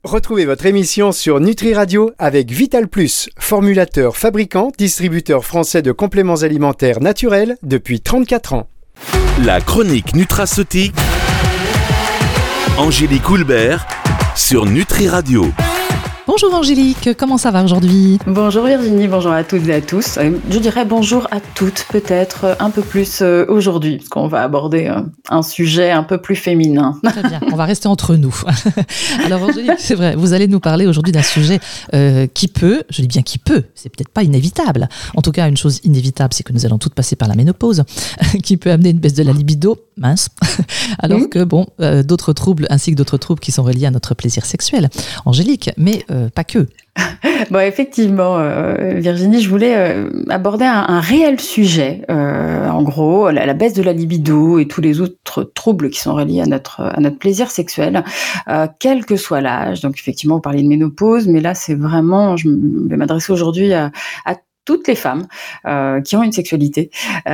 Retrouvez votre émission sur Nutri Radio avec Vital Plus, formulateur, fabricant, distributeur français de compléments alimentaires naturels depuis 34 ans. La chronique nutraceutique, Angélique Houlbert sur Nutri Radio. Bonjour Angélique, comment ça va aujourd'hui ? Bonjour Virginie, bonjour à toutes et à tous. Je dirais bonjour à toutes, peut-être un peu plus aujourd'hui, parce qu'on va aborder un sujet un peu plus féminin. Très bien, on va rester entre nous. Alors Angélique, c'est vrai, vous allez nous parler aujourd'hui d'un sujet qui peut, je dis bien qui peut, c'est peut-être pas inévitable. En tout cas, une chose inévitable, c'est que nous allons toutes passer par la ménopause, qui peut amener une baisse de la libido, mince, alors que d'autres troubles, ainsi que d'autres troubles qui sont reliés à notre plaisir sexuel. Angélique, mais pas que. Bon, effectivement, Virginie, je voulais aborder un réel sujet. En gros, la baisse de la libido et tous les autres troubles qui sont reliés à notre plaisir sexuel, quel que soit l'âge. Donc, effectivement, vous parliez de ménopause, mais là, c'est vraiment, je vais m'adresser aujourd'hui à toutes les femmes qui ont une sexualité,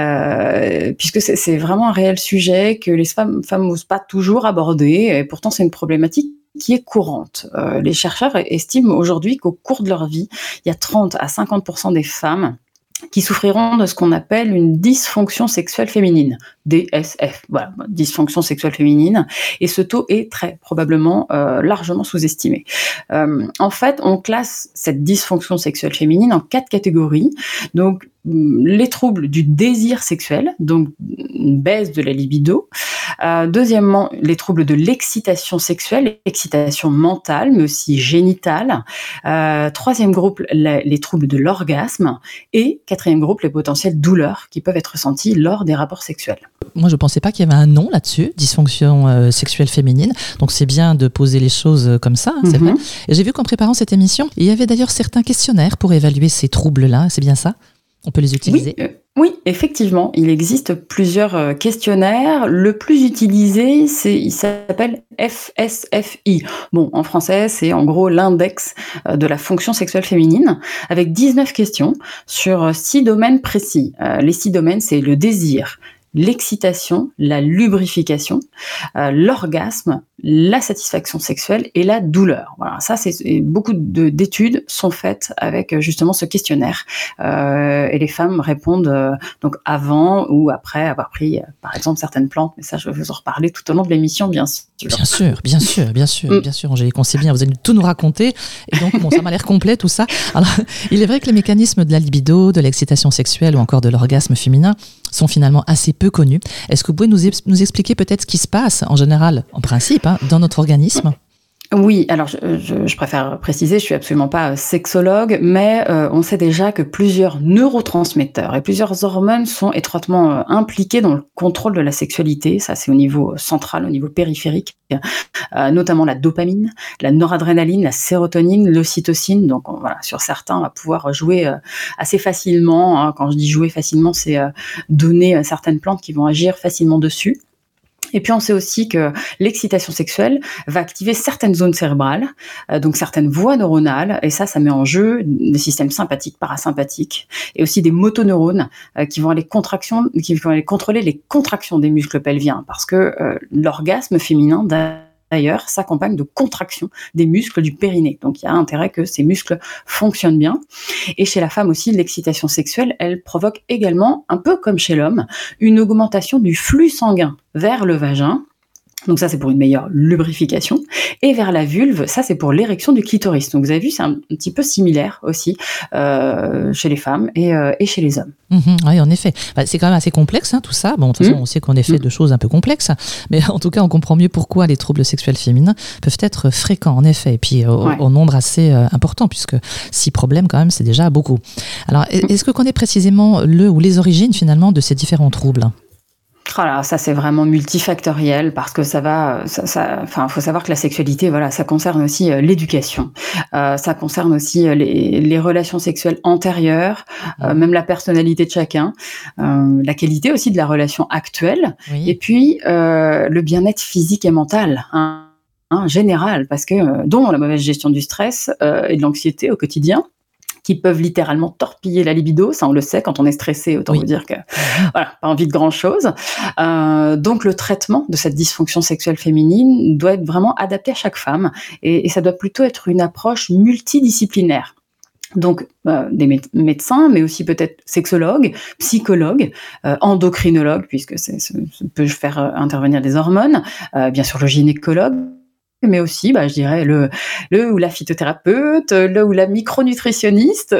puisque c'est vraiment un réel sujet que les femmes n'osent pas toujours aborder, et pourtant c'est une problématique qui est courante. Les chercheurs estiment aujourd'hui qu'au cours de leur vie, il y a 30 à 50% des femmes qui souffriront de ce qu'on appelle une dysfonction sexuelle féminine, DSF, voilà, dysfonction sexuelle féminine, et ce taux est très probablement largement sous-estimé. En fait, on classe cette dysfonction sexuelle féminine en 4 catégories. Donc, les troubles du désir sexuel, donc une baisse de la libido. Deuxièmement, les troubles de l'excitation sexuelle, l'excitation mentale, mais aussi génitale. Troisième groupe, les troubles de l'orgasme. Et quatrième groupe, les potentielles douleurs qui peuvent être ressenties lors des rapports sexuels. Moi, je ne pensais pas qu'il y avait un nom là-dessus, dysfonction sexuelle féminine. Donc, c'est bien de poser les choses comme ça, c'est vrai. Et j'ai vu qu'en préparant cette émission, il y avait d'ailleurs certains questionnaires pour évaluer ces troubles-là. C'est bien ça ? On peut les utiliser ? Oui, effectivement, il existe plusieurs questionnaires. Le plus utilisé, il s'appelle FSFI. Bon, en français, c'est en gros l'index de la fonction sexuelle féminine, avec 19 questions sur 6 domaines précis. Les 6 domaines, c'est le désir, l'excitation, la lubrification, l'orgasme, la satisfaction sexuelle et la douleur. Voilà, ça, c'est beaucoup d'études sont faites avec justement ce questionnaire et les femmes répondent donc avant ou après avoir pris par exemple certaines plantes. Mais ça, je vais vous en reparler tout au long de l'émission, bien sûr. Bien sûr, Angélique, on sait bien, vous allez tout nous raconter. Et donc, bon, ça m'a l'air complet tout ça. Alors, il est vrai que les mécanismes de la libido, de l'excitation sexuelle ou encore de l'orgasme féminin sont finalement assez peu connus. Est-ce que vous pouvez nous expliquer peut-être ce qui se passe en général, en principe, dans notre organisme ? Oui, alors je préfère préciser, je suis absolument pas sexologue, mais on sait déjà que plusieurs neurotransmetteurs et plusieurs hormones sont étroitement impliqués dans le contrôle de la sexualité. Ça, c'est au niveau central, au niveau périphérique, notamment la dopamine, la noradrénaline, la sérotonine, l'ocytocine. Donc voilà, sur certains, on va pouvoir jouer assez facilement. Hein. Quand je dis jouer facilement, c'est donner certaines plantes qui vont agir facilement dessus. Et puis on sait aussi que l'excitation sexuelle va activer certaines zones cérébrales, donc certaines voies neuronales, et ça met en jeu des systèmes sympathiques, parasympathiques, et aussi des motoneurones qui vont aller contrôler les contractions des muscles pelviens, parce que l'orgasme féminin d'ailleurs s'accompagne de contractions des muscles du périnée. Donc il y a intérêt que ces muscles fonctionnent bien. Et chez la femme aussi, l'excitation sexuelle, elle provoque également, un peu comme chez l'homme, une augmentation du flux sanguin vers le vagin. Donc ça, c'est pour une meilleure lubrification. Et vers la vulve, ça, c'est pour l'érection du clitoris. Donc vous avez vu, c'est un petit peu similaire aussi chez les femmes et chez les hommes. Oui, en effet. C'est quand même assez complexe, tout ça. Bon, de toute façon, on sait qu'on est fait de choses un peu complexes. Mais en tout cas, on comprend mieux pourquoi les troubles sexuels féminins peuvent être fréquents, en effet. Et puis, au nombre assez important, puisque 6 problèmes, quand même, c'est déjà beaucoup. Alors, est-ce que connaît précisément le ou les origines, finalement, de ces différents troubles ? Alors ça, c'est vraiment multifactoriel parce que faut savoir que la sexualité, voilà, ça concerne aussi l'éducation, ça concerne aussi les relations sexuelles antérieures, même la personnalité de chacun, la qualité aussi de la relation actuelle, et puis le bien-être physique et mental. Général, parce que dont la mauvaise gestion du stress et de l'anxiété au quotidien. qui peuvent littéralement torpiller la libido, ça on le sait, quand on est stressé, autant vous dire que voilà, pas envie de grand-chose. Donc le traitement de cette dysfonction sexuelle féminine doit être vraiment adapté à chaque femme, et ça doit plutôt être une approche multidisciplinaire. Donc des médecins, mais aussi peut-être sexologues, psychologues, endocrinologues, puisque ça peut faire intervenir des hormones, bien sûr le gynécologue, mais aussi, je dirais, le ou la phytothérapeute, le ou la micronutritionniste.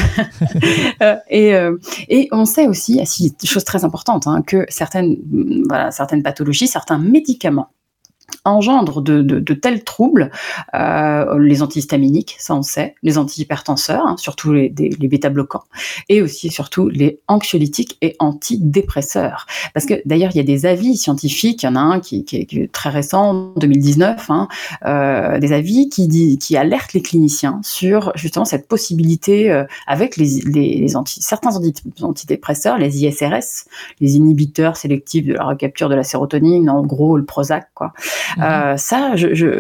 Et on sait aussi, chose très importante, que certaines pathologies, certains médicaments engendrent de tels troubles, les antihistaminiques, ça on sait, les antihypertenseurs, surtout les bêta-bloquants, et aussi surtout les anxiolytiques et antidépresseurs. Parce que d'ailleurs, il y a des avis scientifiques, il y en a un qui est très récent, 2019, des avis qui alertent les cliniciens sur justement cette possibilité, avec certains antidépresseurs, les ISRS, les inhibiteurs sélectifs de la recapture de la sérotonine, en gros le Prozac, quoi. Certains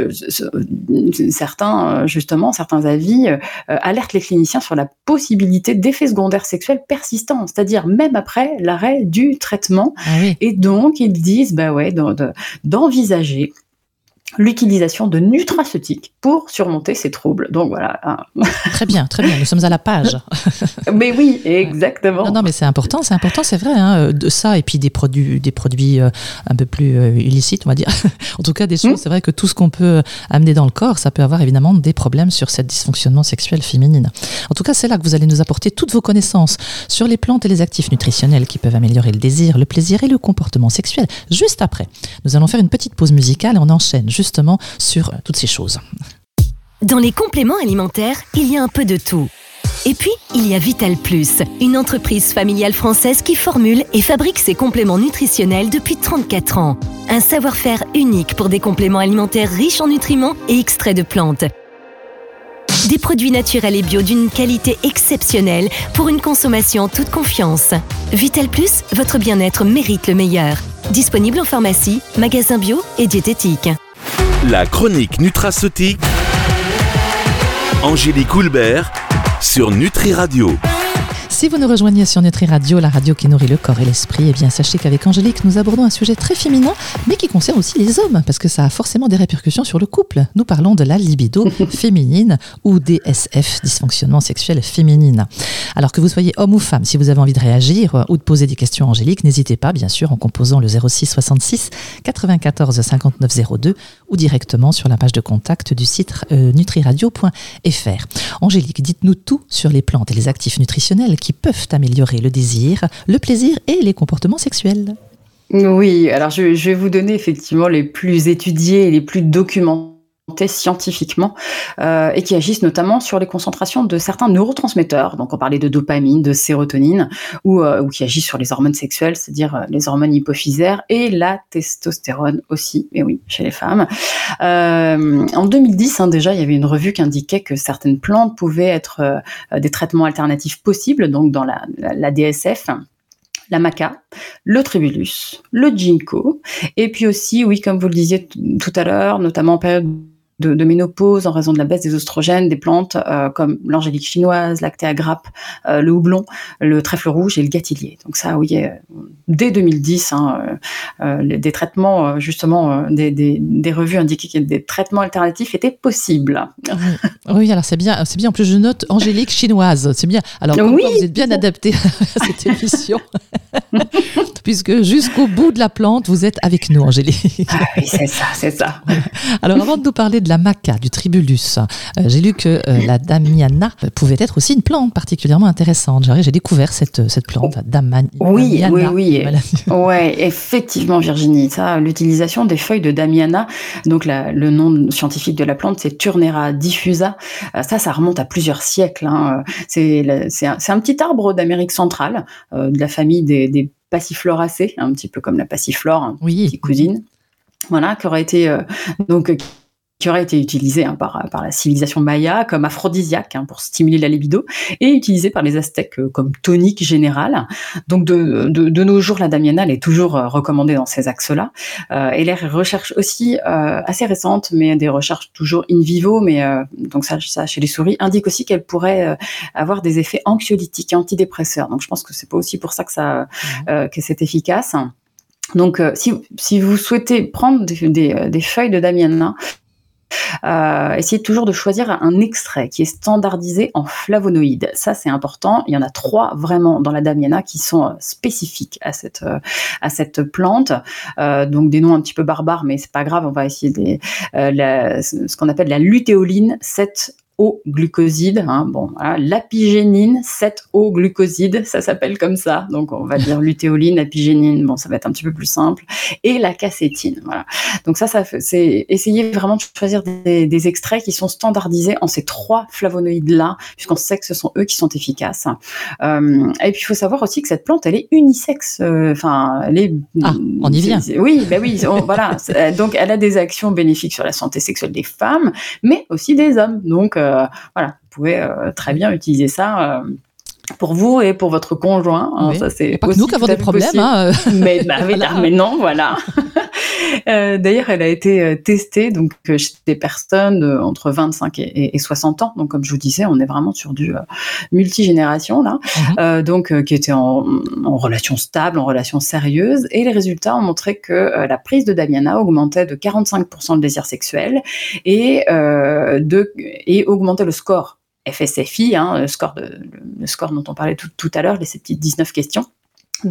avis alertent les cliniciens sur la possibilité d'effets secondaires sexuels persistants, c'est-à-dire même après l'arrêt du traitement. Et donc ils disent d'envisager l'utilisation de nutraceutiques pour surmonter ces troubles. Donc voilà. Très bien, nous sommes à la page. Mais oui, exactement. Non, mais c'est important, c'est vrai, de ça, et puis des produits un peu plus illicites, on va dire. En tout cas, des choses, c'est vrai que tout ce qu'on peut amener dans le corps, ça peut avoir évidemment des problèmes sur cette dysfonctionnement sexuel féminine. En tout cas, c'est là que vous allez nous apporter toutes vos connaissances sur les plantes et les actifs nutritionnels qui peuvent améliorer le désir, le plaisir et le comportement sexuel. Juste après, nous allons faire une petite pause musicale et on enchaîne justement sur toutes ces choses. Dans les compléments alimentaires, il y a un peu de tout. Et puis, il y a Vital Plus, une entreprise familiale française qui formule et fabrique ses compléments nutritionnels depuis 34 ans. Un savoir-faire unique pour des compléments alimentaires riches en nutriments et extraits de plantes. Des produits naturels et bio d'une qualité exceptionnelle pour une consommation en toute confiance. Vital Plus, votre bien-être mérite le meilleur. Disponible en pharmacie, magasin bio et diététique. La chronique nutraceutique, Angélique Houlbert sur Nutri Radio. Si vous nous rejoignez sur Nutri Radio, la radio qui nourrit le corps et l'esprit, eh bien sachez qu'avec Angélique, nous abordons un sujet très féminin, mais qui concerne aussi les hommes, parce que ça a forcément des répercussions sur le couple. Nous parlons de la libido féminine ou DSF, dysfonctionnement sexuel féminine. Alors que vous soyez homme ou femme, si vous avez envie de réagir ou de poser des questions à Angélique, n'hésitez pas, bien sûr, en composant le 06 66 94 59 02 ou directement sur la page de contact du site nutriradio.fr. Angélique, dites-nous tout sur les plantes et les actifs nutritionnels qui peuvent améliorer le désir, le plaisir et les comportements sexuels. Oui, alors je vais vous donner effectivement les plus étudiés et les plus documentés scientifiquement, et qui agissent notamment sur les concentrations de certains neurotransmetteurs. Donc on parlait de dopamine, de sérotonine, ou qui agissent sur les hormones sexuelles, c'est-à-dire les hormones hypophysaires et la testostérone aussi, et oui, chez les femmes. En 2010, déjà, il y avait une revue qui indiquait que certaines plantes pouvaient être des traitements alternatifs possibles, donc dans la DSF. La maca, le tribulus, le ginkgo, et puis aussi, oui, comme vous le disiez tout à l'heure, notamment en période de ménopause en raison de la baisse des oestrogènes, des plantes comme l'angélique chinoise, l'actéa grappe, le houblon, le trèfle rouge et le gâtillier. Donc ça, oui, dès 2010, des traitements, justement, des revues indiquaient que des traitements alternatifs étaient possibles. Oui, alors c'est bien. En plus, je note angélique chinoise. C'est bien. Alors, oui, vous êtes bien adapté à cette émission. Puisque jusqu'au bout de la plante, vous êtes avec nous, Angélique. Ah oui, c'est ça. Alors, avant de nous parler de la maca, du tribulus, j'ai lu que la damiana pouvait être aussi une plante particulièrement intéressante. J'ai découvert cette plante, damiana. Oui. Ouais, effectivement, Virginie. Ça, l'utilisation des feuilles de damiana, donc le nom scientifique de la plante, c'est Turnera diffusa. Ça remonte à plusieurs siècles. C'est un petit arbre d'Amérique centrale, de la famille des Passifloracées, un petit peu comme la passiflore, petite cousine, voilà, qui aurait été qui aurait été utilisé par la civilisation maya comme aphrodisiaque pour stimuler la libido, et utilisé par les Aztèques comme tonique générale. Donc de nos jours, la damiana elle est toujours recommandée dans ces axes-là. Et les recherches aussi assez récentes, mais des recherches toujours in vivo, mais donc ça chez les souris, indiquent aussi qu'elle pourrait avoir des effets anxiolytiques et antidépresseurs. Donc je pense que c'est pas aussi pour ça que c'est efficace. Donc si vous souhaitez prendre des feuilles de damiana, essayez toujours de choisir un extrait qui est standardisé en flavonoïdes. Ça, c'est important. Il y en a 3 vraiment dans la damiana qui sont spécifiques à cette plante. Donc des noms un petit peu barbares, mais c'est pas grave. On va essayer ce qu'on appelle la lutéoline 7-O-glucoside, voilà, l'apigénine 7-O-glucoside, ça s'appelle comme ça, donc on va dire lutéoline, apigénine, ça va être un petit peu plus simple, et la cacétine, voilà. Donc c'est essayer vraiment de choisir des extraits qui sont standardisés en ces 3 flavonoïdes-là, puisqu'on sait que ce sont eux qui sont efficaces. Et puis il faut savoir aussi que cette plante, elle est unisexe, elle est... on y vient. Oui, voilà. Donc elle a des actions bénéfiques sur la santé sexuelle des femmes, mais aussi des hommes, donc voilà, vous pouvez très bien utiliser ça pour vous et pour votre conjoint. Oui. Ça, c'est pas que nous qui avons des problèmes. Mais non, voilà. D'ailleurs, elle a été testée donc chez des personnes entre 25 et 60 ans. Donc, comme je vous disais, on est vraiment sur du multigénération là. Donc, qui était en relation stable, en relation sérieuse. Et les résultats ont montré que la prise de damiana augmentait de 45% le désir sexuel et augmentait le score FSFI, le score dont on parlait tout à l'heure, ces petites 19 questions, de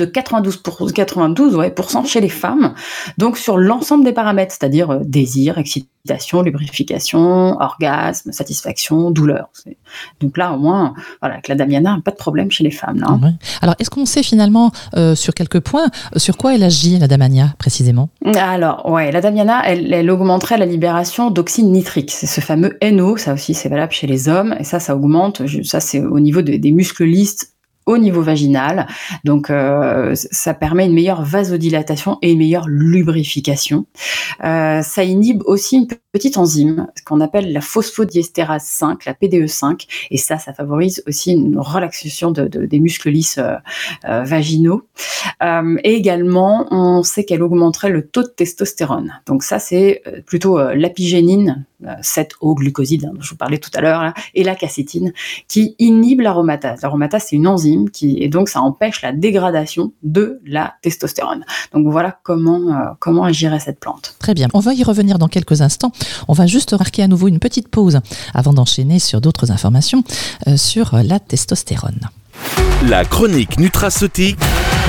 92% chez les femmes, donc sur l'ensemble des paramètres, c'est-à-dire désir, excitation, lubrification, orgasme, satisfaction, douleur. Donc là, au moins, voilà, avec la damiana, pas de problème chez les femmes. Là. Ouais. Alors, est-ce qu'on sait finalement, sur quelques points, sur quoi elle agit, la damiana, précisément ? Alors, ouais, la damiana, elle augmenterait la libération d'oxyde nitrique. C'est ce fameux NO, ça aussi, c'est valable chez les hommes, et ça augmente, ça c'est au niveau des muscles lisses, au niveau vaginal, donc ça permet une meilleure vasodilatation et une meilleure lubrification. Ça inhibe aussi une petite enzyme qu'on appelle la phosphodiestérase 5, la PDE5, et ça favorise aussi une relaxation des muscles lisses vaginaux. Et également, on sait qu'elle augmenterait le taux de testostérone. Donc ça, c'est plutôt l'apigénine, 7-O-glucoside, dont je vous parlais tout à l'heure, là, et la cacétine, qui inhibe l'aromatase. L'aromatase, c'est une enzyme et donc ça empêche la dégradation de la testostérone. Donc voilà comment agirait cette plante. Très bien. On va y revenir dans quelques instants. On va juste marquer à nouveau une petite pause avant d'enchaîner sur d'autres informations sur la testostérone. La chronique nutraceutique,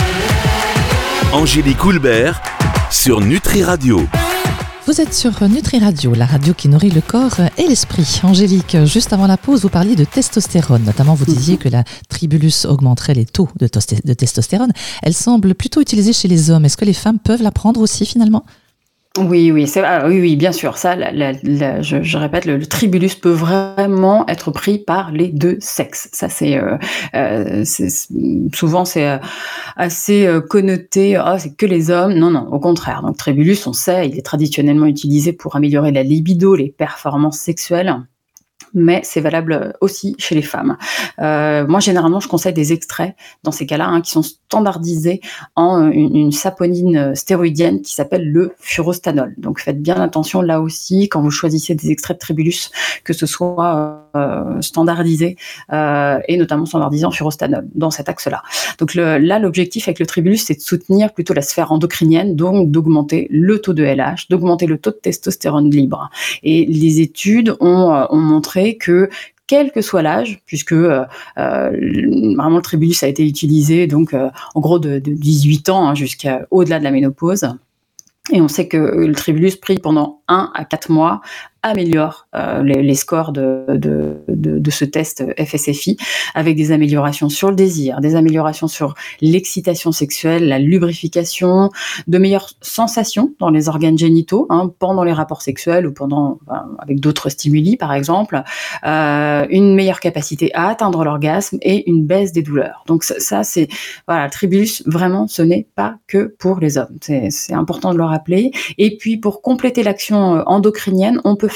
Angélique Houlbert sur Nutri Radio. Vous êtes sur Nutri Radio, la radio qui nourrit le corps et l'esprit. Angélique, juste avant la pause, vous parliez de testostérone. Notamment, vous disiez que la tribulus augmenterait les taux de testostérone. Elle semble plutôt utilisée chez les hommes. Est-ce que les femmes peuvent la prendre aussi, finalement ? Oui, bien sûr. Ça, je répète, le tribulus peut vraiment être pris par les deux sexes. Ça, souvent c'est assez connoté. C'est que les hommes. Non, au contraire. Donc, tribulus, on sait, il est traditionnellement utilisé pour améliorer la libido, les performances sexuelles. Mais c'est valable aussi chez les femmes. Moi, généralement, je conseille des extraits dans ces cas-là, qui sont standardisés en une saponine stéroïdienne qui s'appelle le furostanol. Donc, faites bien attention là aussi quand vous choisissez des extraits de tribulus, que ce soit standardisé et notamment standardisé en furostanol dans cet axe-là. Donc l'objectif avec le tribulus, c'est de soutenir plutôt la sphère endocrinienne, donc d'augmenter le tôt de LH, d'augmenter le tôt de testostérone libre. Et les études ont montré que quel que soit l'âge, puisque vraiment le tribulus a été utilisé donc en gros de 18 ans jusqu'à au-delà de la ménopause. Et on sait que le tribulus pris pendant 1 à 4 mois améliore les scores de ce test FSFI avec des améliorations sur le désir, des améliorations sur l'excitation sexuelle, la lubrification, de meilleures sensations dans les organes génitaux pendant les rapports sexuels ou avec d'autres stimuli par exemple, une meilleure capacité à atteindre l'orgasme et une baisse des douleurs. Donc ça c'est le tribulus vraiment ce n'est pas que pour les hommes, c'est important de le rappeler. Et puis pour compléter l'action endocrinienne, on peut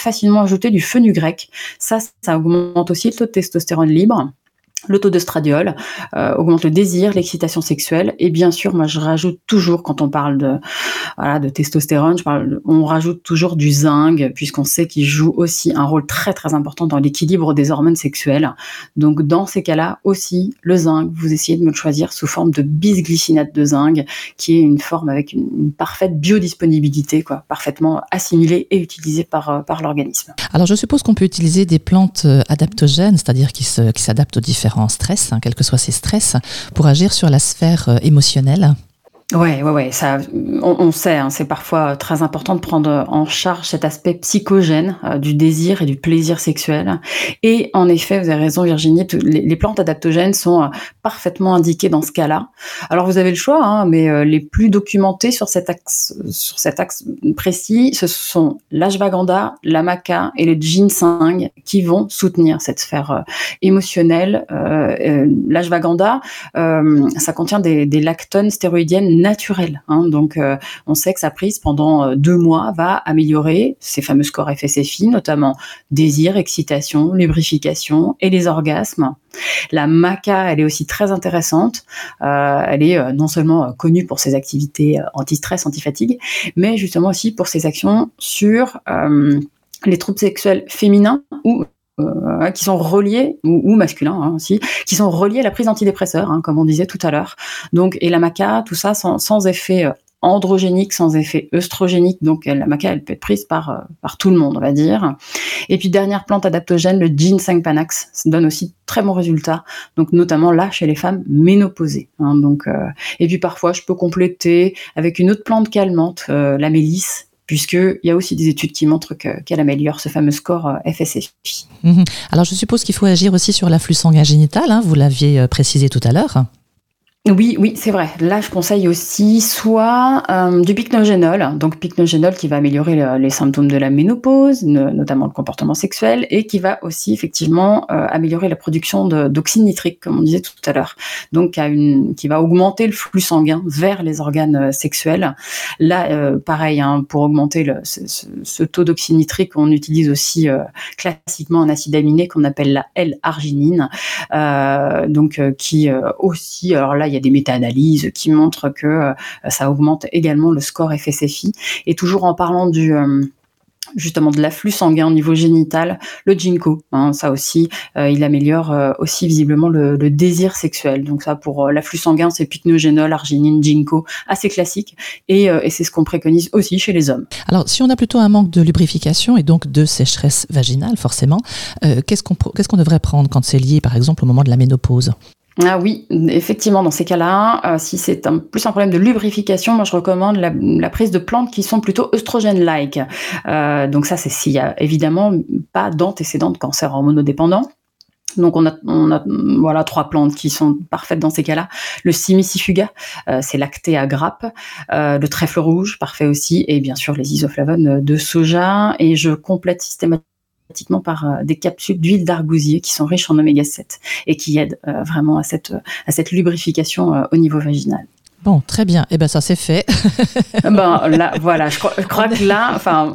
facilement ajouter du fenugrec. Ça augmente aussi le taux de testostérone libre. Le taux d'œstradiol augmente le désir, l'excitation sexuelle, et bien sûr, moi je rajoute toujours, quand on parle de testostérone, on rajoute toujours du zinc, puisqu'on sait qu'il joue aussi un rôle très très important dans l'équilibre des hormones sexuelles. Donc dans ces cas-là aussi, le zinc, vous essayez de me le choisir sous forme de bisglycinate de zinc, qui est une forme avec une parfaite biodisponibilité, parfaitement assimilée et utilisée par l'organisme. Alors je suppose qu'on peut utiliser des plantes adaptogènes, c'est-à-dire qui s'adaptent aux différents stress, quels que soient ces stress, pour agir sur la sphère émotionnelle. Ouais, ça, on sait, c'est parfois très important de prendre en charge cet aspect psychogène du désir et du plaisir sexuel. Et en effet, vous avez raison Virginie, les plantes adaptogènes sont parfaitement indiquées dans ce cas-là. Alors vous avez le choix, mais les plus documentés sur cet axe précis, ce sont l'ashwagandha, la maca et le ginseng qui vont soutenir cette sphère émotionnelle. L'ashwagandha, ça contient des lactones stéroïdiennes naturelles, donc on sait que sa prise pendant 2 mois va améliorer ces fameux scores FSFI, notamment désir, excitation, lubrification et les orgasmes. La maca, elle est aussi très intéressante. Elle est non seulement connue pour ses activités anti-stress, anti-fatigue, mais justement aussi pour ses actions sur les troubles sexuels féminins ou qui sont reliés, ou masculins aussi, qui sont reliés à la prise d'antidépresseurs, comme on disait tout à l'heure. Donc, et la maca, tout ça sans effet androgénique, sans effet œstrogénique. Donc la maca, elle peut être prise par tout le monde, on va dire. Et puis dernière plante adaptogène, le ginseng panax, ça donne aussi de très bons résultats. Donc notamment là chez les femmes ménopausées. Et puis parfois je peux compléter avec une autre plante calmante, la mélisse, puisqu'il y a aussi des études qui montrent qu'elle améliore ce fameux score FSFI. Alors je suppose qu'il faut agir aussi sur l'afflux sanguin génital, vous l'aviez précisé tout à l'heure. Oui, c'est vrai. Là, je conseille aussi soit du pycnogénol, donc pycnogénol qui va améliorer les symptômes de la ménopause, notamment le comportement sexuel, et qui va aussi effectivement améliorer la production d'oxyde nitrique, comme on disait tout à l'heure, donc qui va augmenter le flux sanguin vers les organes sexuels. Là, pareil, pour augmenter ce taux d'oxyde nitrique, on utilise aussi classiquement un acide aminé qu'on appelle la L-arginine, qui aussi, alors là, il y a des méta-analyses qui montrent que ça augmente également le score FSFI. Et toujours en parlant justement de l'afflux sanguin au niveau génital, le ginkgo, ça aussi, il améliore aussi visiblement le désir sexuel. Donc ça, pour l'afflux sanguin, c'est pycnogénol, arginine, ginkgo, assez classique, et c'est ce qu'on préconise aussi chez les hommes. Alors, si on a plutôt un manque de lubrification et donc de sécheresse vaginale, forcément, qu'est-ce qu'on devrait prendre quand c'est lié, par exemple, au moment de la ménopause ? Ah oui, effectivement, dans ces cas-là, si c'est plus un problème de lubrification, moi je recommande la prise de plantes qui sont plutôt œstrogènes-like. Donc ça, c'est s'il y a évidemment pas d'antécédents de cancer hormonodépendant. Donc on a 3 plantes qui sont parfaites dans ces cas-là. Le simicifuga, c'est l'Actea grappe, le trèfle rouge, parfait aussi, et bien sûr les isoflavones de soja. Et je complète systématiquement par des capsules d'huile d'argousier qui sont riches en oméga 7 et qui aident vraiment à cette lubrification au niveau vaginal. Bon, très bien. Eh ben ça c'est fait. Là, voilà, je crois que là,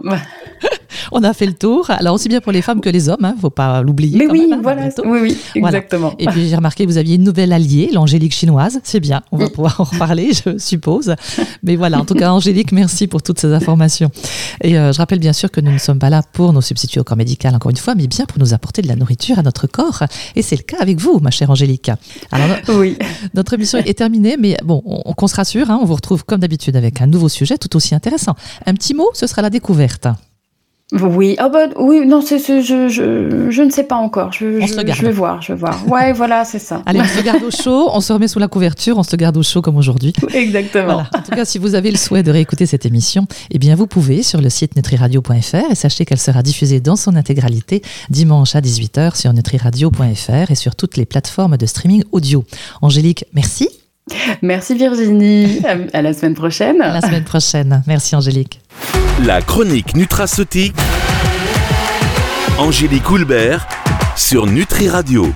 on a fait le tour. Alors aussi bien pour les femmes que les hommes, faut pas l'oublier. Mais oui, voilà. Oui, exactement. Voilà. Et puis j'ai remarqué que vous aviez une nouvelle alliée, l'Angélique chinoise. C'est bien, on va pouvoir en reparler, je suppose. Mais voilà, en tout cas, Angélique, merci pour toutes ces informations. Et je rappelle bien sûr que nous ne sommes pas là pour nous substituer au corps médical, encore une fois, mais bien pour nous apporter de la nourriture à notre corps. Et c'est le cas avec vous, ma chère Angélique. Alors, oui. Notre émission est terminée, mais bon, qu'on se rassure, on vous retrouve comme d'habitude avec un nouveau sujet tout aussi intéressant. Un petit mot, ce sera la découverte. Oui, oui, non, je ne sais pas encore. Je vais voir. Ouais, voilà, c'est ça. Allez, on se garde au chaud, on se remet sous la couverture, on se garde au chaud comme aujourd'hui. Exactement. Voilà. En tout cas, si vous avez le souhait de réécouter cette émission, eh bien, vous pouvez sur le site nutriradio.fr et sachez qu'elle sera diffusée dans son intégralité dimanche à 18h sur nutriradio.fr et sur toutes les plateformes de streaming audio. Angélique, merci. Merci Virginie. À la semaine prochaine. À la semaine prochaine. Merci Angélique. La chronique nutraceutique, Angélique Houlbert sur Nutri Radio.